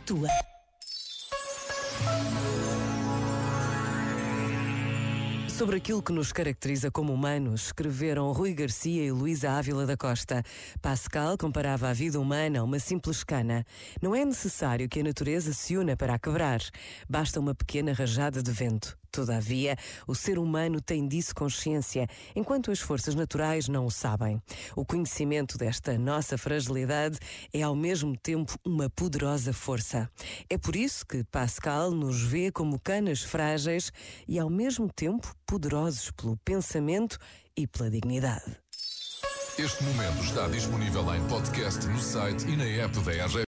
tua. Sobre aquilo que nos caracteriza como humanos, escreveram Rui Garcia e Luísa Ávila da Costa. Pascal comparava a vida humana a uma simples cana. Não é necessário que a natureza se una para a quebrar. Basta uma pequena rajada de vento. Todavia, o ser humano tem disso consciência, enquanto as forças naturais não o sabem. O conhecimento desta nossa fragilidade é ao mesmo tempo uma poderosa força. É por isso que Pascal nos vê como canas frágeis e ao mesmo tempo poderosos pelo pensamento e pela dignidade. Este momento está disponível em podcast no site e na app da RGF.